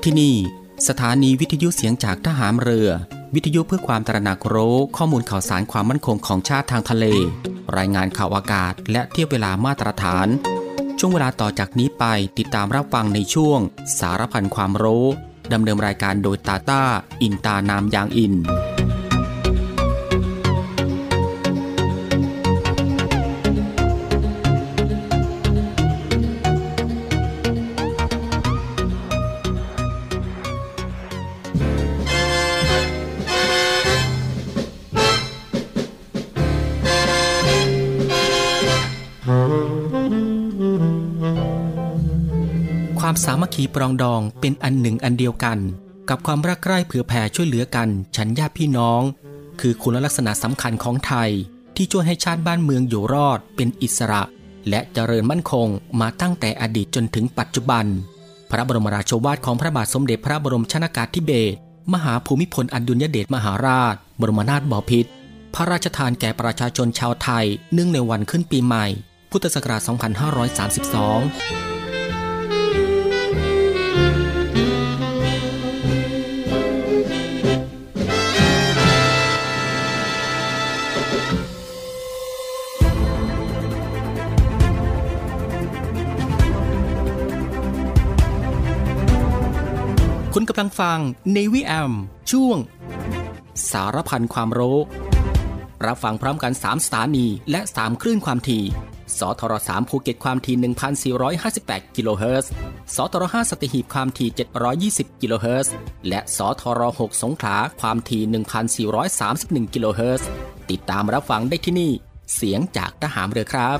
ที่นี่สถานีวิทยุเสียงจากทหารเรือวิทยุเพื่อความตระหนักรู้ข้อมูลข่าวสารความมั่นคงของชาติทางทะเลรายงานข่าวอากาศและเทียบเวลามาตรฐานช่วงเวลาต่อจากนี้ไปติดตามรับฟังในช่วงสารพันความรู้ดำเนินรายการโดยตาต้าอินตานามยางอินความสามัคคีปรองดองเป็นอันหนึ่งอันเดียวกันกับความรักใคร่เผื่อแผ่ช่วยเหลือกันฉันญาติพี่น้องคือคุณลักษณะสำคัญของไทยที่ช่วยให้ชาติบ้านเมืองอยู่รอดเป็นอิสระและเจริญมั่นคงมาตั้งแต่อดีตจนถึงปัจจุบันพระบรมราโชวาทของพระบาทสมเด็จพระบรมชนกาธิเบศรมหาภูมิพลอดุลยเดชมหาราชบรมนาถบพิตรพระราชทานแก่ประชาชนชาวไทยเนื่องในวันขึ้นปีใหม่พุทธศักราช 2532คุณกำลังฟัง Navy AM ช่วงสารพันความรู้รับฟังพร้อมกัน3สถานีและ3คลื่นความถี่สทร3ภูเก็ตความถี่ 1,458 กิโลเฮิรตซ์สทร5สัตหีบความถี่720กิโลเฮิรตซ์และสทร6สงขลาความถี่ 1,431 กิโลเฮิรตซ์ติดตามรับฟังได้ที่นี่เสียงจากทหารเรือครับ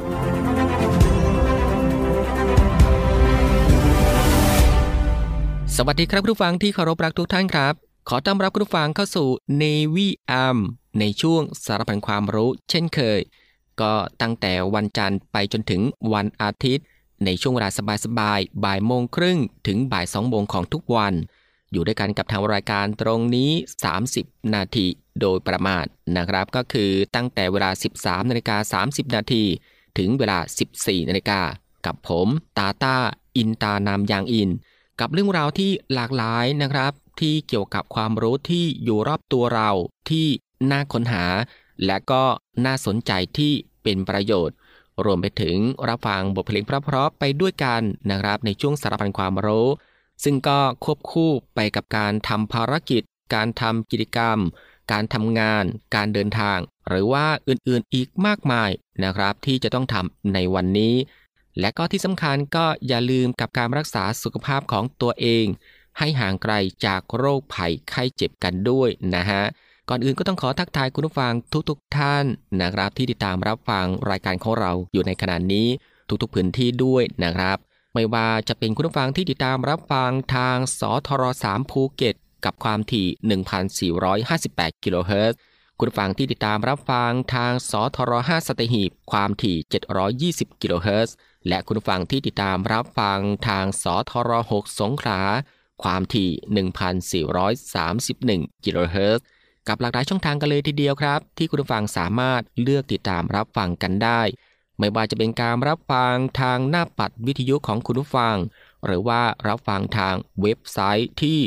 สวัสดีครับผู้ฟังที่เคารพรักทุกท่านครับขอต้อนรับผู้ฟังเข้าสู่ Navy AM ในช่วงสารพันความรู้เช่นเคยก็ตั้งแต่วันจันทร์ไปจนถึงวันอาทิตย์ในช่วงเวลาสบายๆบ่ายโมงครึ่งถึงบ่าย2โมงของทุกวันอยู่ด้วยกันกับทางรายการตรงนี้30นาทีโดยประมาณนะครับก็คือตั้งแต่เวลา 13:30 นาทีถึงเวลา 14 นาฬิกากับผมตาต้าอินตานามยางอินกับเรื่องราวที่หลากหลายนะครับที่เกี่ยวกับความรู้ที่อยู่รอบตัวเราที่น่าค้นหาและก็น่าสนใจที่เป็นประโยชน์รวมไปถึงรับฟังบทเพลงเพราะๆไปด้วยกันนะครับในช่วงสารพันความรู้ซึ่งก็ควบคู่ไปกับการทำภารกิจการทำกิจกรรมการทำงานการเดินทางหรือว่าอื่นๆอีกมากมายนะครับที่จะต้องทำในวันนี้และก็ที่สำคัญก็อย่าลืมกับการรักษาสุขภาพของตัวเองให้ห่างไกลจากโรคภัยไข้เจ็บกันด้วยนะฮะก่อนอื่นก็ต้องขอทักทายคุณผู้ฟังทุกท่านนะครับที่ติดตามรับฟังรายการของเราอยู่ในขณะนี้ทุกๆพื้นที่ด้วยนะครับไม่ว่าจะเป็นคุณผู้ฟังที่ติดตามรับฟังทางสทร3ภูเก็ตกับความถี่ 1,458 กิโลเฮิรตซ์คุณผู้ฟังที่ติดตามรับฟังทางสทร5สัตหีบความถี่720กิโลเฮิรตซ์และคุณผู้ฟังที่ติดตามรับฟังทางสทร6สงขลาความถี่ 1,431 กิโลเฮิรตซ์กับหลากหลายช่องทางกันเลยทีเดียวครับที่คุณผู้ฟังสามารถเลือกติดตามรับฟังกันได้ไม่ว่าจะเป็นการรับฟังทางหน้าปัดวิทยุของคุณผู้ฟังหรือว่ารับฟังทางเว็บไซต์ที่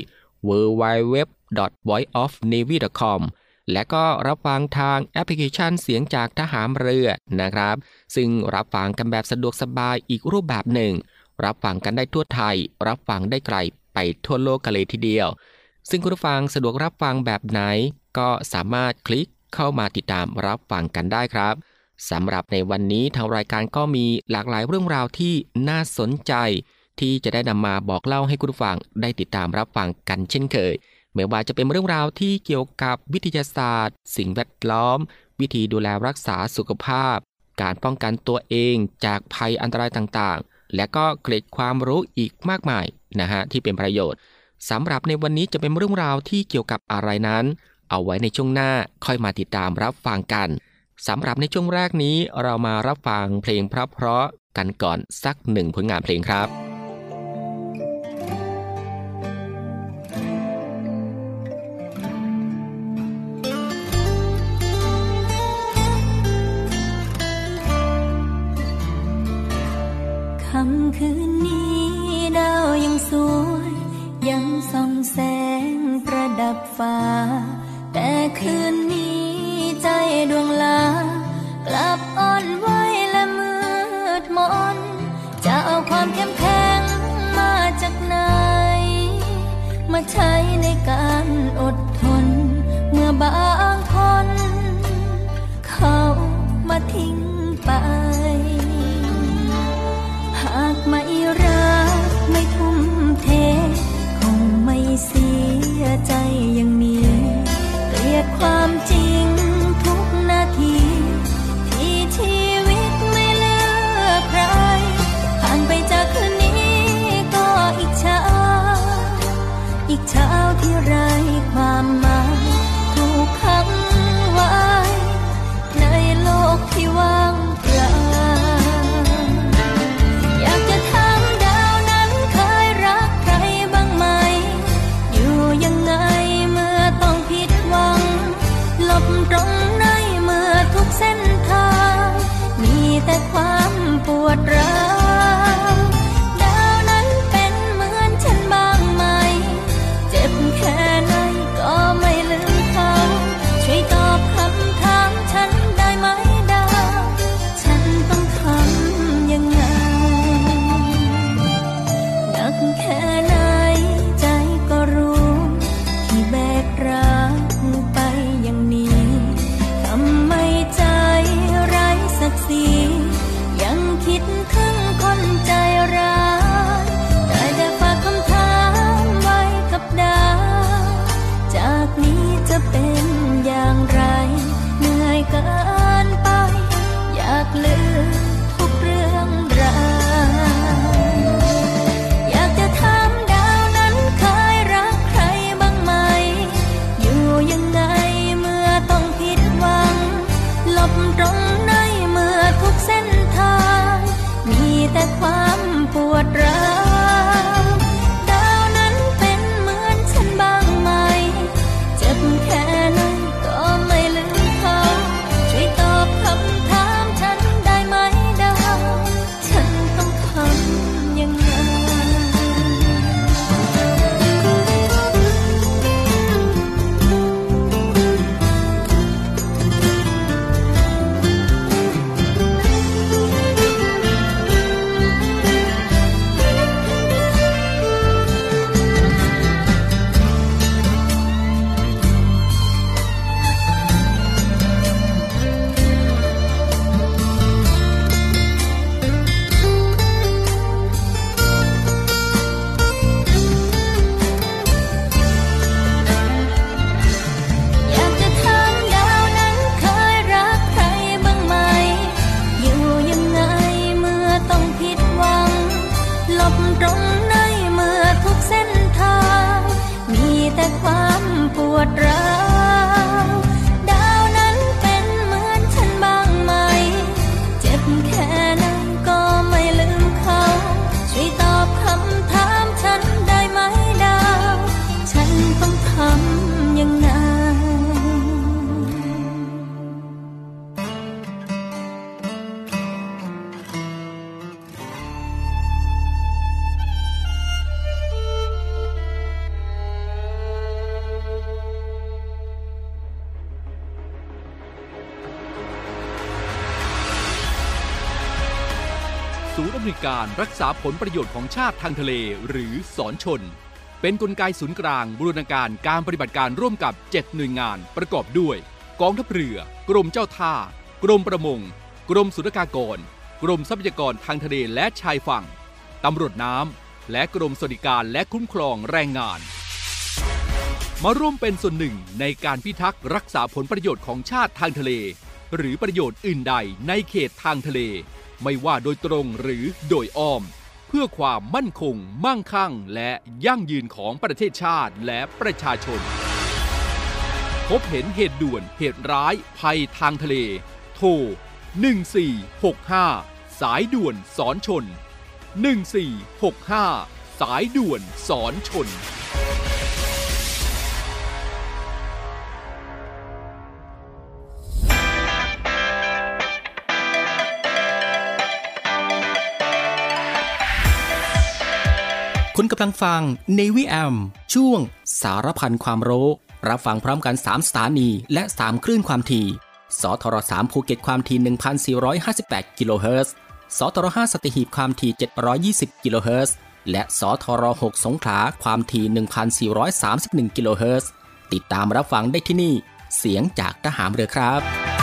www.voiceofnavy.com และก็รับฟังทางแอปพลิเคชันเสียงจากทหารเรือนะครับซึ่งรับฟังกันแบบสะดวกสบายอีกรูปแบบหนึ่งรับฟังกันได้ทั่วไทยรับฟังได้ไกลไปทั่วโลกกันเลยทีเดียวซึ่งคุณผู้ฟังสะดวกรับฟังแบบไหนก็สามารถคลิกเข้ามาติดตามรับฟังกันได้ครับสำหรับในวันนี้ทางรายการก็มีหลากหลายเรื่องราวที่น่าสนใจที่จะได้นำมาบอกเล่าให้คุณผู้ฟังได้ติดตามรับฟังกันเช่นเคยไม่ว่าจะเป็นเรื่องราวที่เกี่ยวกับวิทยาศาสตร์สิ่งแวดล้อมวิธีดูแลรักษาสุขภาพการป้องกันตัวเองจากภัยอันตรายต่างๆและก็เกร็ดความรู้อีกมากมายนะฮะที่เป็นประโยชน์สำหรับในวันนี้จะเป็นเรื่องราวที่เกี่ยวกับอะไรนั้นเอาไว้ในช่วงหน้าค่อยมาติดตามรับฟังกันสำหรับในช่วงแรกนี้เรามารับฟังเพลงเพราะๆกันก่อนสักหนึ่งผลงานเพลงครับค่ำคืนนี้ดาวยังสวยยังส่องแสงประดับฟ้าแต่คืนนี้ใจดวงลากลับอ่อนไหวและมืดมนจะเอาความเข้มแข็งมาจากไหนมาใช้ในการอดทนเมื่อบางคนเขามาทิ้งไปหากไม่รักไม่ทุ่มเทคงไม่เสียใจอย่างนี้เกลียดความจริงทุกนาทีที่ชีวิตไม่เลือกใครผ่านไปจากคืนนี้ก็อีกเช้าที่ไร้ความหมายถูกขังไว้ในโลกที่ว่างเปล่าอยากจะถามดาวนั้นเคยรักใครบ้างไหมอยู่ยังไงเมื่อต้องผิดหวังหลบตรงไหนเมื่อทุกเส้นทางมีแต่ความปวดร้าวดาวนั้นเป็นเหมือนฉันบ้างไหมเจ็บแค่ไหนก็ไม่ลืมเขาช่วยตอบคำถามฉันได้ไหมดาวฉันต้องทำยังไงหนักแค่ไหนใจก็รู้ที่แบกรักไปอย่างนี้ทำไมใจไร้ศักดิ์ศรียังคิดถึงคนใจร้ายได้แต่ฝากคำถามไว้กับดาวจากนี้จะเป็นอย่างไรเหนื่อยเกินไปอยากลืมทุกเรื่องราวอยากจะถามดาวนั้นเคยรักใครบ้างไหมอยู่ยังไงเมื่อต้องผิดหวังหลบตรงไหนเมื่อทุกเส้นทางมีแต่ความปวดร้าวดาวนั้นเป็นเหมือนฉันบ้างไหมเจ็บแค่ไหนก็ไม่ลืมเขาช่วยตอบคำถามฉันได้ไหมดาวฉันต้องทำยังไงอยากจะถามดาวนั้นเคยรักใครบ้างไหมอยู่ยังไงเมื่อต้องผิดหวังหลบตรงไหนเมื่อทุกเส้นทางมีแต่ความปวดร้าวดาวนั้นเป็นเหมือนฉันบ้างไหมเจ็บแค่ไหนก็ไม่ลืมเขาช่วยตอบคำถามฉันได้ไหมดาวฉันต้องทำยังไงศูนย์อำนวยการรักษาผลประโยชน์ของชาติทางทะเลหรือศรชนเป็นกลไกศูนย์กลางบูรณาการการปฏิบัติการร่วมกับ7หน่วยงานประกอบด้วยกองทัพเรือกรมเจ้าท่ากรมประมงกรมศุลกากรกรมทรัพยากรทางทะเลและชายฝั่งตำรวจน้ำและกรมสวัสดิการและคุ้มครองแรงงานมาร่วมเป็นส่วนหนึ่งในการพิทักษ์รักษาผลประโยชน์ของชาติทางทะเลหรือประโยชน์อื่นใดในเขตทางทะเลไม่ว่าโดยตรงหรือโดยอ้อมเพื่อความมั่นคงมั่งคั่งและยั่งยืนของประเทศชาติและประชาชนพบเห็นเหตุด่วนเหตุร้ายภัยทางทะเลโทร1465สายด่วนสอนชน1465สายด่วนสอนชนคุณกำลังฟัง Navy AM ช่วงสารพันความรู้รับฟังพร้อมกัน3สถานีและ3คลื่นความถี่สทร3ภูเก็ตความถี่ 1,458 กิโลเฮิรตซ์สทร5สัตหีบความถี่720 กิโลเฮิรตซ์และสทร6สงขลาความถี่ 1,431 กิโลเฮิรตซ์ติดตามรับฟังได้ที่นี่เสียงจากทหารเรือครับ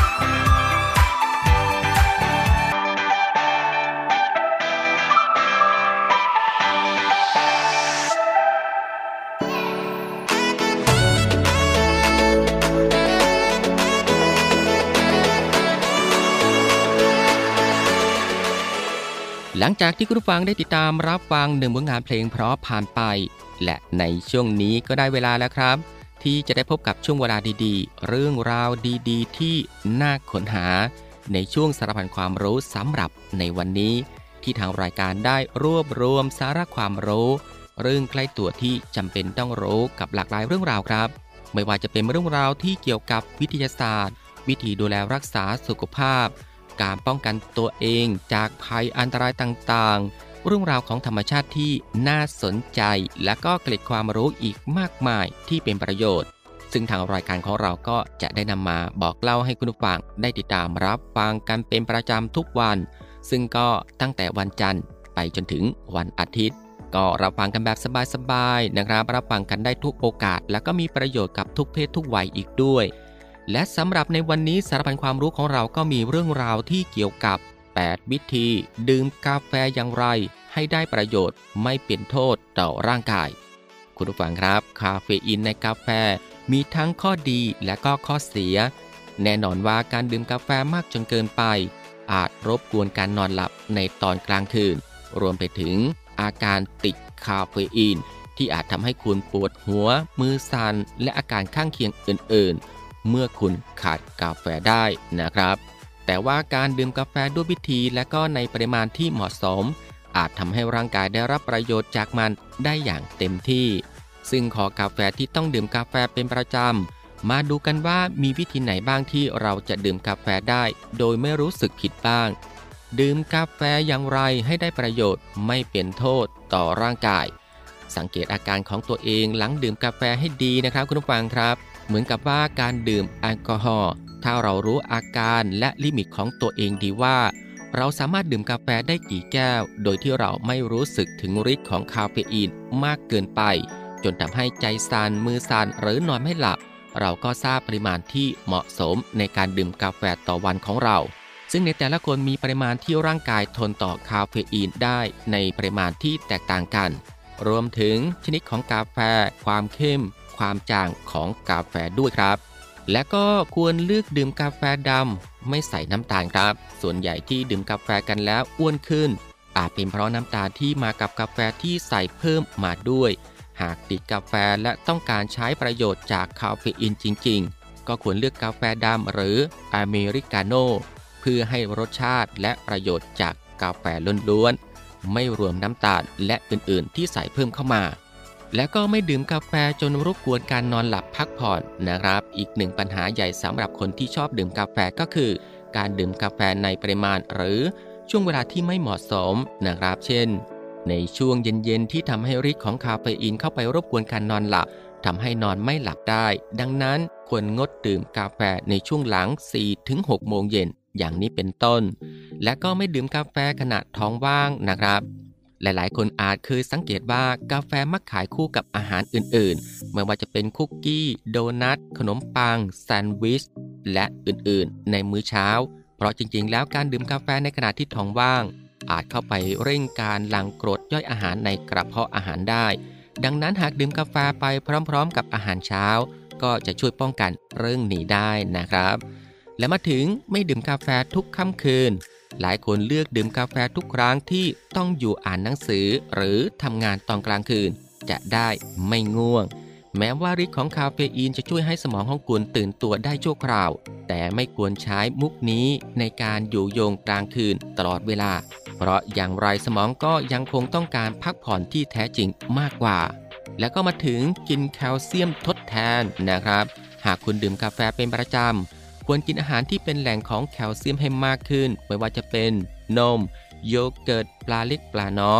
หลังจากที่คุณผู้ฟังได้ติดตามรับฟัง1ผลงานเพลงเพราะผ่านไปและในช่วงนี้ก็ได้เวลาแล้วครับที่จะได้พบกับช่วงเวลาดีๆเรื่องราวดีๆที่น่าค้นหาในช่วงสารพันความรู้สำหรับในวันนี้ที่ทางรายการได้รวบรวมสาระความรู้เรื่องใกล้ตัวที่จำเป็นต้องรู้กับหลากหลายเรื่องราวครับไม่ว่าจะเป็นเรื่องราวที่เกี่ยวกับวิทยาศาสตร์วิธีดูแลรักษาสุขภาพการป้องกันตัวเองจากภัยอันตรายต่างๆเรื่องราวของธรรมชาติที่น่าสนใจและก็เกล็ดความรู้อีกมากมายที่เป็นประโยชน์ซึ่งทางรายการของเราก็จะได้นำมาบอกเล่าให้คุณผู้ฟังได้ติดตามรับฟังกันเป็นประจำทุกวันซึ่งก็ตั้งแต่วันจันทร์ไปจนถึงวันอาทิตย์ก็รับฟังกันแบบสบายๆนะครับรับฟังกันได้ทุกโอกาสและก็มีประโยชน์กับทุกเพศทุกวัยอีกด้วยและสำหรับในวันนี้สารพันความรู้ของเราก็มีเรื่องราวที่เกี่ยวกับ8วิธีดื่มกาแฟอย่างไรให้ได้ประโยชน์ไม่เป็นโทษต่อร่างกายคุณผู้ฟังครับคาเฟอีนในกาแฟมีทั้งข้อดีและก็ข้อเสียแน่นอนว่าการดื่มกาแฟมากจนเกินไปอาจรบกวนการนอนหลับในตอนกลางคืนรวมไปถึงอาการติดคาเฟอีนที่อาจทำให้คุณปวดหัวมือสั่นและอาการข้างเคียงอื่นๆเมื่อคุณขาดกาแฟได้นะครับแต่ว่าการดื่มกาแฟด้วยวิธีและก็ในปริมาณที่เหมาะสมอาจทำให้ร่างกายได้รับประโยชน์จากมันได้อย่างเต็มที่ซึ่งขอกาแฟที่ต้องดื่มกาแฟเป็นประจำมาดูกันว่ามีวิธีไหนบ้างที่เราจะดื่มกาแฟได้โดยไม่รู้สึกผิดบ้างดื่มกาแฟอย่างไรให้ได้ประโยชน์ไม่เป็นโทษต่อร่างกายสังเกตอาการของตัวเองหลังดื่มกาแฟให้ดีนะครับคุณผู้ฟังครับเหมือนกับว่าการดื่มแอลกอฮอล์ถ้าเรารู้อาการและลิมิตของตัวเองดีว่าเราสามารถดื่มกาแฟได้กี่แก้วโดยที่เราไม่รู้สึกถึงฤทธิ์ของคาเฟอีนมากเกินไปจนทำให้ใจสั่นมือสั่นหรือนอนไม่หลับเราก็ทราบปริมาณที่เหมาะสมในการดื่มกาแฟต่อวันของเราซึ่งในแต่ละคนมีปริมาณที่ร่างกายทนต่อคาเฟอีนได้ในปริมาณที่แตกต่างกันรวมถึงชนิดของกาแฟความเข้มความจางของกาแฟด้วยครับและก็ควรเลือกดื่มกาแฟดำไม่ใส่น้ำตาลครับส่วนใหญ่ที่ดื่มกาแฟกันแล้วอ้วนขึ้นอาจเป็นเพราะน้ำตาลที่มากับกาแฟที่ใส่เพิ่มมาด้วยหากติดกาแฟและต้องการใช้ประโยชน์จากคาเฟอีนจริงๆก็ควรเลือกกาแฟดำหรืออเมริกาโน่เพื่อให้รสชาติและประโยชน์จากกาแฟล้วนๆไม่รวมน้ำตาลและอื่นๆที่ใส่เพิ่มเข้ามาและก็ไม่ดื่มกาแฟจนรบกวนการนอนหลับพักผ่อนนะครับอีกหนึ่งปัญหาใหญ่สำหรับคนที่ชอบดื่มกาแฟก็คือการดื่มกาแฟในปริมาณหรือช่วงเวลาที่ไม่เหมาะสมนะครับเช่นในช่วงเย็นๆที่ทำให้ฤทธิ์ของคาเฟอีนเข้าไปรบกวนการนอนหลับทำให้นอนไม่หลับได้ดังนั้นควรงดดื่มกาแฟในช่วงหลัง 4-6 โมงเย็นอย่างนี้เป็นต้นและก็ไม่ดื่มกาแฟขณะท้องว่างนะครับหลายๆคนอาจเคยสังเกตว่ากาแฟมักขายคู่กับอาหารอื่นๆไม่ว่าจะเป็นคุกกี้โดนัทขนมปังแซนด์วิชและอื่นๆในมื้อเช้าเพราะจริงๆแล้วการดื่มกาแฟในขณะที่ท้องว่างอาจเข้าไปเร่งการหลั่งกรดย่อยอาหารในกระเพาะอาหารได้ดังนั้นหากดื่มกาแฟไปพร้อมๆกับอาหารเช้าก็จะช่วยป้องกันเรื่องนี้ได้นะครับและมาถึงไม่ดื่มกาแฟทุกค่ำคืนหลายคนเลือกดื่มกาแฟทุกครั้งที่ต้องอยู่อ่านหนังสือหรือทำงานตอนกลางคืนจะได้ไม่ง่วงแม้ว่าฤทธิ์ของคาเฟอีนจะช่วยให้สมองของคุณตื่นตัวได้ชั่วคราวแต่ไม่ควรใช้มุกนี้ในการอยู่โยงกลางคืนตลอดเวลาเพราะอย่างไรสมองก็ยังคงต้องการพักผ่อนที่แท้จริงมากกว่าแล้วก็มาถึงกินแคลเซียมทดแทนนะครับหากคุณดื่มกาแฟเป็นประจำควรกินอาหารที่เป็นแหล่งของแคลเซียมให้มากขึ้นไม่ว่าจะเป็นนมโยเกิร์ตปลาเล็กปลาน้อยไข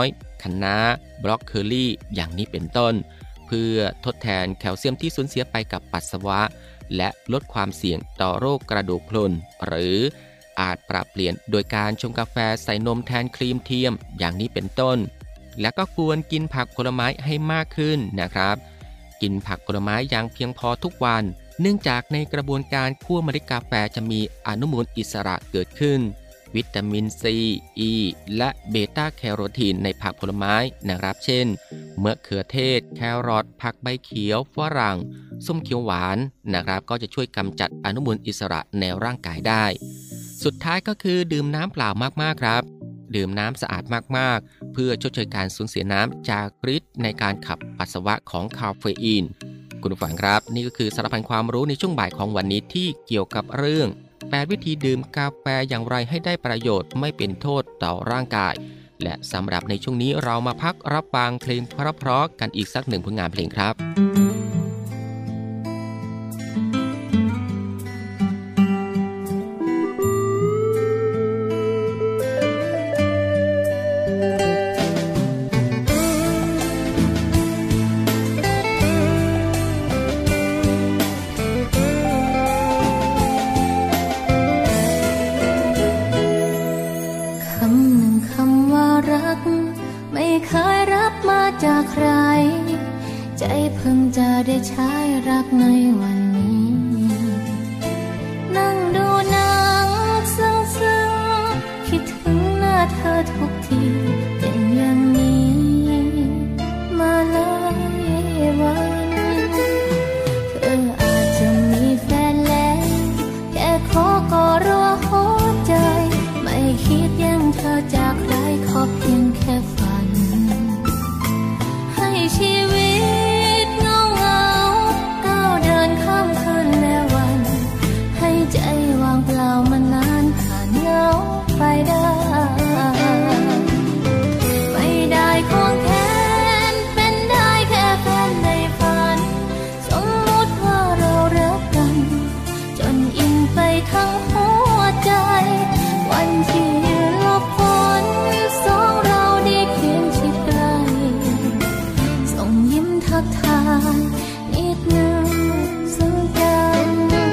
คะน้าบรอกโคลีอย่างนี้เป็นต้นเพื่อทดแทนแคลเซียมที่สูญเสียไปกับปัสสาวะและลดความเสี่ยงต่อโรคกระดูกพรุนหรืออาจปรับเปลี่ยนโดยการชงกาแฟใส่นมแทนครีมเทียมอย่างนี้เป็นต้นและก็ควรกินผักผลไม้ให้มากขึ้นนะครับกินผักผลไม้อย่างเพียงพอทุกวันเนื่องจากในกระบวนการคั่วเมล็ดกาแฟจะมีอนุมูลอิสระเกิดขึ้นวิตามินซีอีและเบต้าแคโรทีนในผักผลไม้นะครับเช่นมะเขือเทศแครอทผักใบเขียวฝรั่งส้มเขียวหวานนะครับก็จะช่วยกำจัดอนุมูลอิสระในร่างกายได้สุดท้ายก็คือดื่มน้ำเปล่ามากๆครับดื่มน้ำสะอาดมากๆเพื่อชดเชยการสูญเสียน้ำจากฤทธิ์ในการขับปัสสาวะของคาเฟอีนคุณผู้ฟังครับนี่ก็คือสารพันความรู้ในช่วงบ่ายของวันนี้ที่เกี่ยวกับเรื่อง8วิธีดื่มกาแฟอย่างไรให้ได้ประโยชน์ไม่เป็นโทษต่อร่างกายและสำหรับในช่วงนี้เรามาพักรับฟังเพลงเพราะๆกันอีกสักหนึ่งผลงานเพลงครับจากใครใจเพิ่งจะได้ใช้รักในวันนี้นั่งดูหนังซึ้งๆคิดถึงหน้าเธอทุกทีเป็นอย่างนี้มาหลายวันเธออาจจะมีแฟนแล้วแค่ขอก็รัวหัวใจไม่คิดยังเธอจากใครขอเพียงแค่ฝันชีวิตเงาก้าวเดินข้ามคืนและวันให้ใจว่างเปล่ามันนานผ่านเงาไปได้ไม่ได้ควงแขนเป็นได้แค่แฟนในฝันสมมติว่าเรารักกันจนอินไปทั้งหัวใจวันที่หลบฝนสองเราได้เคียงชิดใกล้ทักทายนิดนึงซึ่งกัน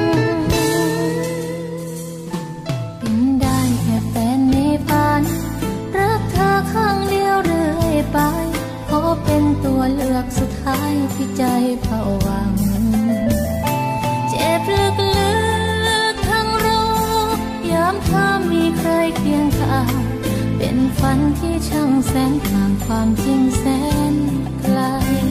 เป็นได้แค่แฟนในฝันรักเธอข้างเดียวเรื่อยไปขอเป็นตัวเลือกสุดท้ายที่ใจเฝ้าหวังเจ็บลึกๆทั้งรู้ยามเธอมีใครเคียงข้างเป็นฝันที่ช่างแสนห่างความจริงแสนไกล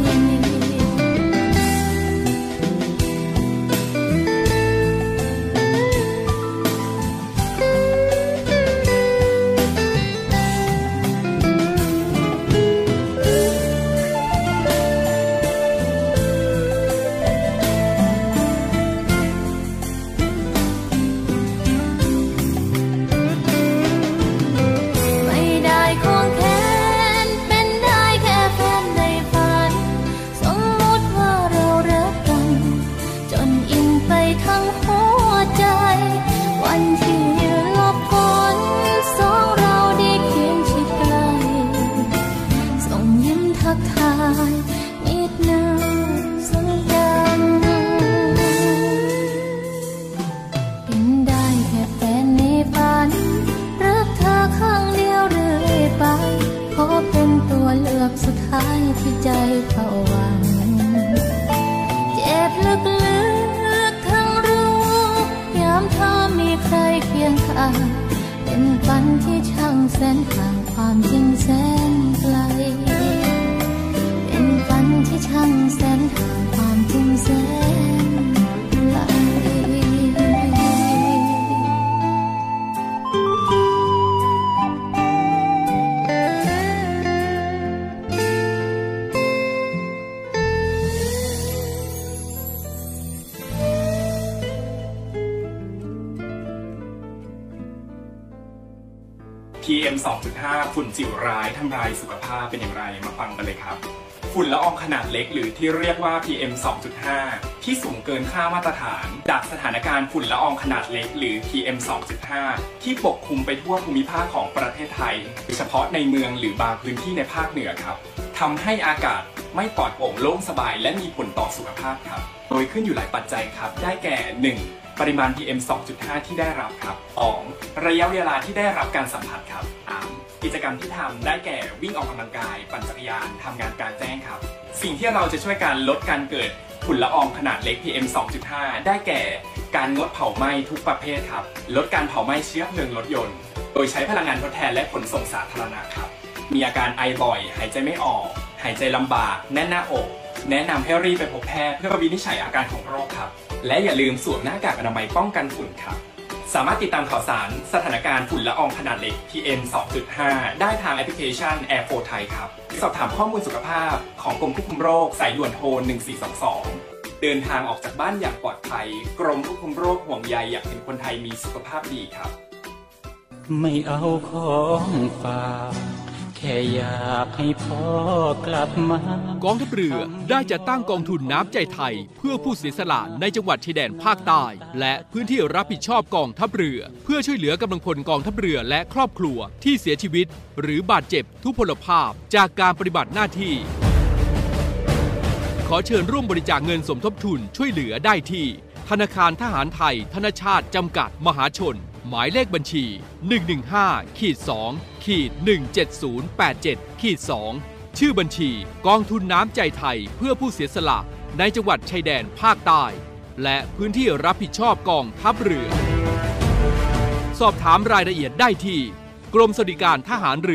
สุดท้ายที่ใจเฝ้าหวังเจ็บลึกๆทั้งรู้ยามเธอมีใครเคียงข้างเป็นฝันที่ช่างแสนห่างความจริงแสนไกลเป็นฝันที่ช่างแสนห่างความจริงแสนไกล PM 2.5 ฝุ่นจิ๋วร้ายทำลายสุขภาพเป็นอย่างไรมาฟังกันเลยครับฝุ่นละอองขนาดเล็กหรือที่เรียกว่า PM 2.5 ที่สูงเกินค่ามาตรฐานจากสถานการณ์ฝุ่นละอองขนาดเล็กหรือ PM 2.5 ที่ปกคลุมไปทั่วภูมิภาคของประเทศไทยโดยเฉพาะในเมืองหรือบางพื้นที่ในภาคเหนือครับทำให้อากาศไม่ปลอดโปร่งโล่งสบายและมีผลต่อสุขภาพครับโดยขึ้นอยู่หลายปัจจัยครับได้แก่ 1. ปริมาณ PM 2.5 ที่ได้รับครับ 2. ระยะเวลาที่ได้รับการสัมผัสครับ 3. กิจกรรมที่ทำได้แก่วิ่งออกกำลังกายปั่นจักรยานทำงานกลางแจ้งครับสิ่งที่เราจะช่วยการลดการเกิดฝุ่นละอองขนาดเล็ก PM 2.5 ได้แก่การงดเผาไหม้ทุกประเภทครับลดการเผาไหม้เชื้อเพลิงรถยนต์โดยใช้พลังงานทดแทนและขนส่งสาธารณะครับมีอาการไอบ่อยหายใจไม่ออกหายใจลำบากแน่นหน้าอกแนะนำให้รีบไปพบแพทย์เพื่อวินิจฉัยอาการของโรคครับและอย่าลืมสวมหน้ากากอนามัยป้องกันฝุ่นครับสามารถติดตามข่าวสารสถานการณ์ฝุ่นละอองขนาดเล็ก PM 2.5 ได้ทางแอปพลิเคชัน Air4 Thai ครับสอบถามข้อมูลสุขภาพของกรมควบคุมโรคสายด่วนโทร 1422 เดินทางออกจากบ้านอย่างปลอดภัยกรมควบคุมโรคห่วงใยอยากเห็นคนไทยมีสุขภาพดีครับไม่เอาของฝากแค่อยากให้พ่อกลับมากองทัพเรือได้จัดตั้งกองทุนน้ำใจไทยเพื่อผู้เสียสละในจังหวัดชายแดนภาคใต้และพื้นที่รับผิดชอบกองทัพเรือเพื่อช่วยเหลือกำลังพลกองทัพเรือและครอบครัวที่เสียชีวิตหรือบาดเจ็บทุพพลภาพจากการปฏิบัติหน้าที่ขอเชิญร่วมบริจาคเงินสมทบทุนช่วยเหลือได้ที่ธนาคารทหารไทยธนชาติจำกัดมหาชนหมายเลขบัญชี 115-2-17087-2 ชื่อบัญชีกองทุนน้ำใจไทยเพื่อผู้เสียสละในจังหวัดชายแดนภาคใต้และพื้นที่รับผิดชอบกองทัพเรือสอบถามรายละเอียดได้ที่กรมสวัสดิการทหารเรือ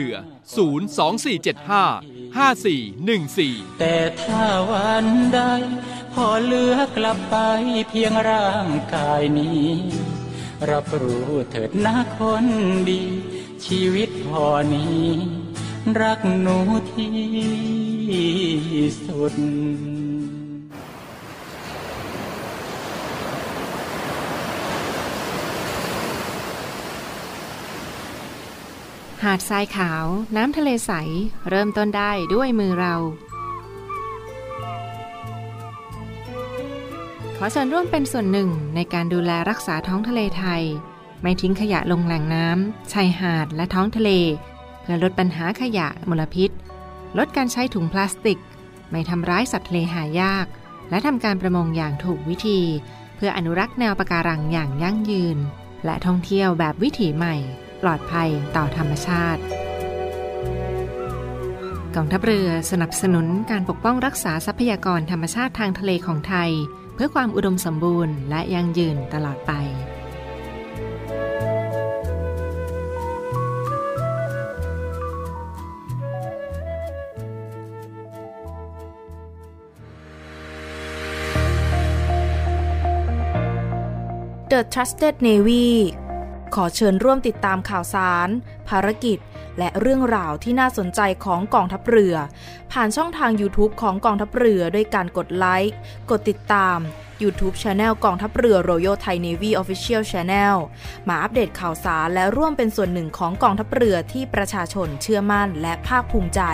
02475-5414 แต่ถ้าวันใดพอเหลือกลับไปเพียงร่างกายนี้รับรู้เถิดนะคนดีชีวิตพอนี้รักหนูที่สุดหาดทรายขาวน้ำทะเลใสเริ่มต้นได้ด้วยมือเราขอเชิญร่วมเป็นส่วนหนึ่งในการดูแลรักษาท้องทะเลไทยไม่ทิ้งขยะลงแหล่งน้ำชายหาดและท้องทะเลเพื่อลดปัญหาขยะมลพิษลดการใช้ถุงพลาสติกไม่ทำร้ายสัตว์ทะเลหายากและทำการประมงอย่างถูกวิธีเพื่ออนุรักษ์แนวปะการังอย่างยั่งยืนและท่องเที่ยวแบบวิถีใหม่ปลอดภัยต่อธรรมชาติกองทัพเรือสนับสนุนการปกป้องรักษาทรัพยากรธรรมชาติทางทะเลของไทยเพื่อความอุดมสมบูรณ์และยั่งยืนตลอดไป The Trusted Navy ขอเชิญร่วมติดตามข่าวสารภารกิจและเรื่องราวที่น่าสนใจของกองทัพเรือผ่านช่องทาง YouTube ของกองทัพเรือด้วยการกดไลค์กดติดตาม YouTube Channel กองทัพเรือ Royal Thai Navy Official Channel มาอัปเดตข่าวสารและร่วมเป็นส่วนหนึ่งของกองทัพเรือที่ประชาชนเชื่อมั่นและภาคภูมิใจ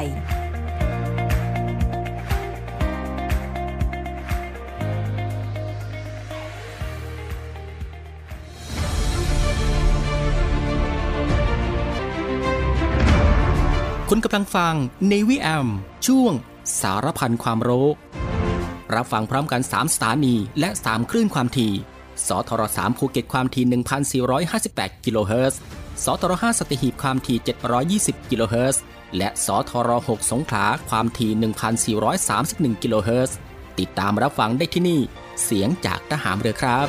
คุณกำลังฟัง Navy AM ช่วงสารพันความรู้รับฟังพร้อมกัน3สถานีและ3คลื่นความถี่สทร3ภูเก็ตความถี่ 1,458 กิโลเฮิรตซ์สทร5สัตหีบความถี่720 กิโลเฮิรตซ์และสทร6สงขลาความถี่ 1,431 กิโลเฮิรตซ์ติดตามรับฟังได้ที่นี่เสียงจากทหารเรือครับ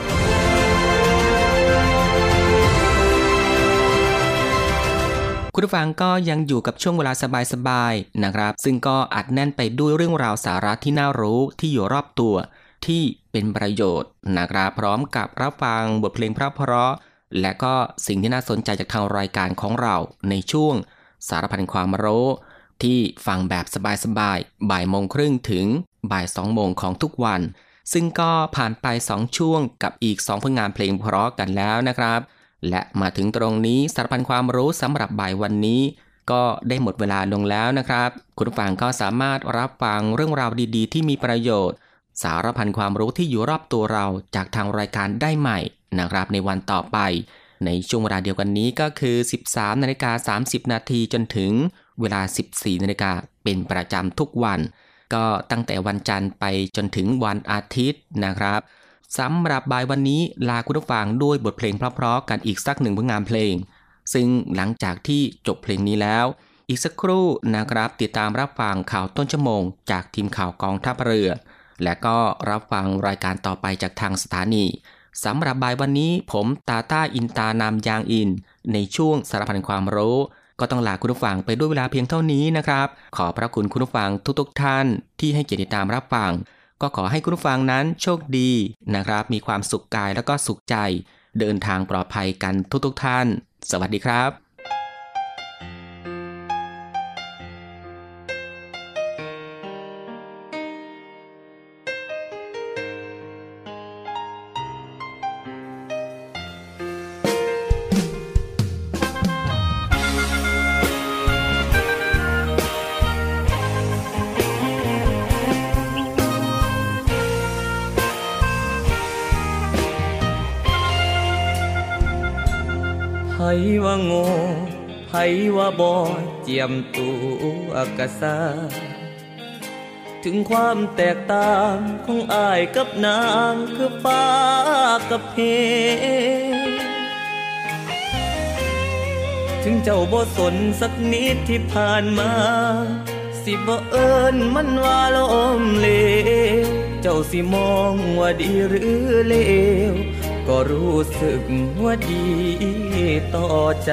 คุณผู้ฟังก็ยังอยู่กับช่วงเวลาสบายๆนะครับซึ่งก็อัดแน่นไปด้วยเรื่องราวสาระที่น่ารู้ที่อยู่รอบตัวที่เป็นประโยชน์นะครับพร้อมกับรับฟังบทเพลงเพราะๆและก็สิ่งที่น่าสนใจจากทางรายการของเราในช่วงสารพันความรู้ที่ฟังแบบสบายๆบ่ายโมงครึ่งถึงบ่าย2โมงของทุกวันซึ่งก็ผ่านไป2ช่วงกับอีก2ผลงานเพลงเพราะกันแล้วนะครับและมาถึงตรงนี้สารพันความรู้สำหรับบ่ายวันนี้ก็ได้หมดเวลาลงแล้วนะครับคุณผู้ฟังก็สามารถรับฟังเรื่องราวดีๆที่มีประโยชน์สารพันความรู้ที่อยู่รอบตัวเราจากทางรายการได้ใหม่นะครับในวันต่อไปในช่วงเวลาเดียวกันนี้ก็คือ 13:30 น.จนถึงเวลา 14:00 น.เป็นประจำทุกวันก็ตั้งแต่วันจันทร์ไปจนถึงวันอาทิตย์นะครับสำหรับบ่ายวันนี้ลาคุณผู้ฟังด้วยบทเพลงเพราะๆกันอีกสักหนึ่งผลงานเพลงซึ่งหลังจากที่จบเพลงนี้แล้วอีกสักครู่นะครับติดตามรับฟังข่าวต้นชั่วโมงจากทีมข่าวกองทัพเรือและก็รับฟังรายการต่อไปจากทางสถานีสำหรับบ่ายวันนี้ผมตาต้าอินตานามยางอินในช่วงสารพันความรู้ก็ต้องลาคุณผู้ฟังไปด้วยเวลาเพียงเท่านี้นะครับขอพระคุณคุณผู้ฟังทุกท่านที่ให้เกียรติติดตามรับฟังก็ขอให้คุณผู้ฟังนั้นโชคดีนะครับมีความสุขกายแล้วก็สุขใจเดินทางปลอดภัยกันทุกท่านสวัสดีครับไผว่าโง่ไผว่าบ่เจียมตัวกะซาถึงความแตกต่างของอ้ายกับนางคือฟ้ากับเพถึงเจ้าบ่สนสักนิดที่ผ่านมาสิบ่เอิ้นมันว่าล้มเหลวเจ้าสิมองว่าดีหรือเลวก็รู้สึกว่าดีต่อใจ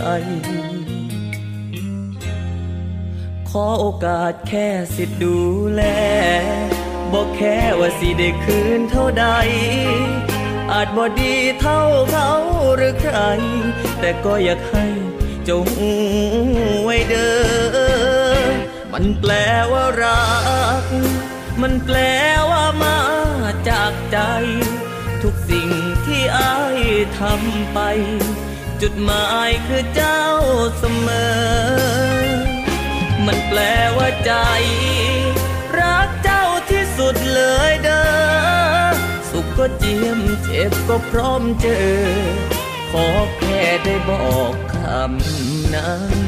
ขอโอกาสแค่สิดูแลบอกแค่ว่าสิได้คืนเท่าใดอาจบ่ดีเท่าเขาหรือใครแต่ก็อยากให้เจ้าหูไว้เด้อมันแปลว่ารักมันแปลว่ามาจากใจทุกสิ่งที่อ้ายทำไปจุดหมายคือเจ้าเสมอมันแปลว่าใจรักเจ้าที่สุดเลยเด้อสุขก็เจียมเจ็บก็พร้อมเจอขอแค่ได้บอกคำนั้น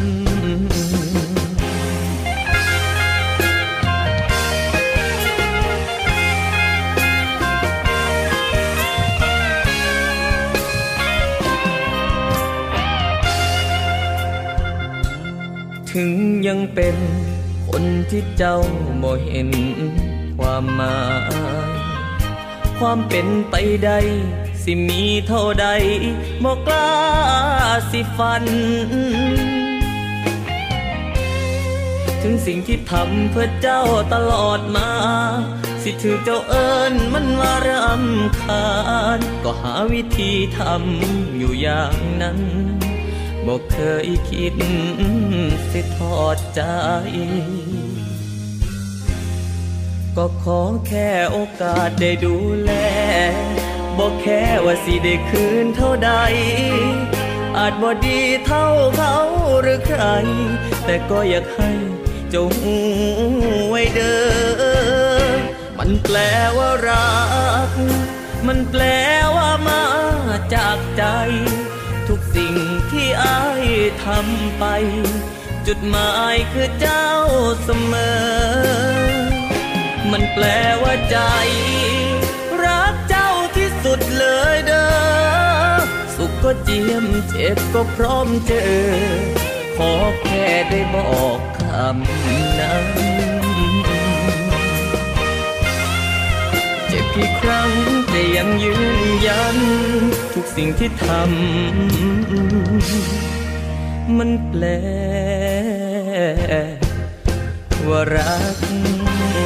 ถึงยังเป็นคนที่เจ้าบ่เห็นความหมายความเป็นไปได้สิมีเท่าใดบ่กล้าสิฝันถึงสิ่งที่ทำเพื่อเจ้าตลอดมาสิถือเจ้าเอิ้นมันว่ารำคาญก็หาวิธีทำอยู่อย่างนั้นบ่เคยคิดสิทอดใจก็ขอแค่โอกาสได้ดูแลบ่แค่ว่าสิได้คืนเท่าใดอาจบ่ดีเท่าเขาหรือใครแต่ก็อยากให้เจ้าหูไว้เด้อมันแปลว่ารักมันแปลว่ามาจากใจทุกสิ่งที่อ้ายทำไปจุดหมายคือเจ้าเสมอมันแปลว่าใจรักเจ้าที่สุดเลยเด้อสุขก็เจียมเจ็บก็พร้อมเจอขอแค่ได้บอกคำนั้นเจ็บกี่ครั้งแต่ยังยืนยันทุกสิ่งที่ทำมันแปลว่ารัก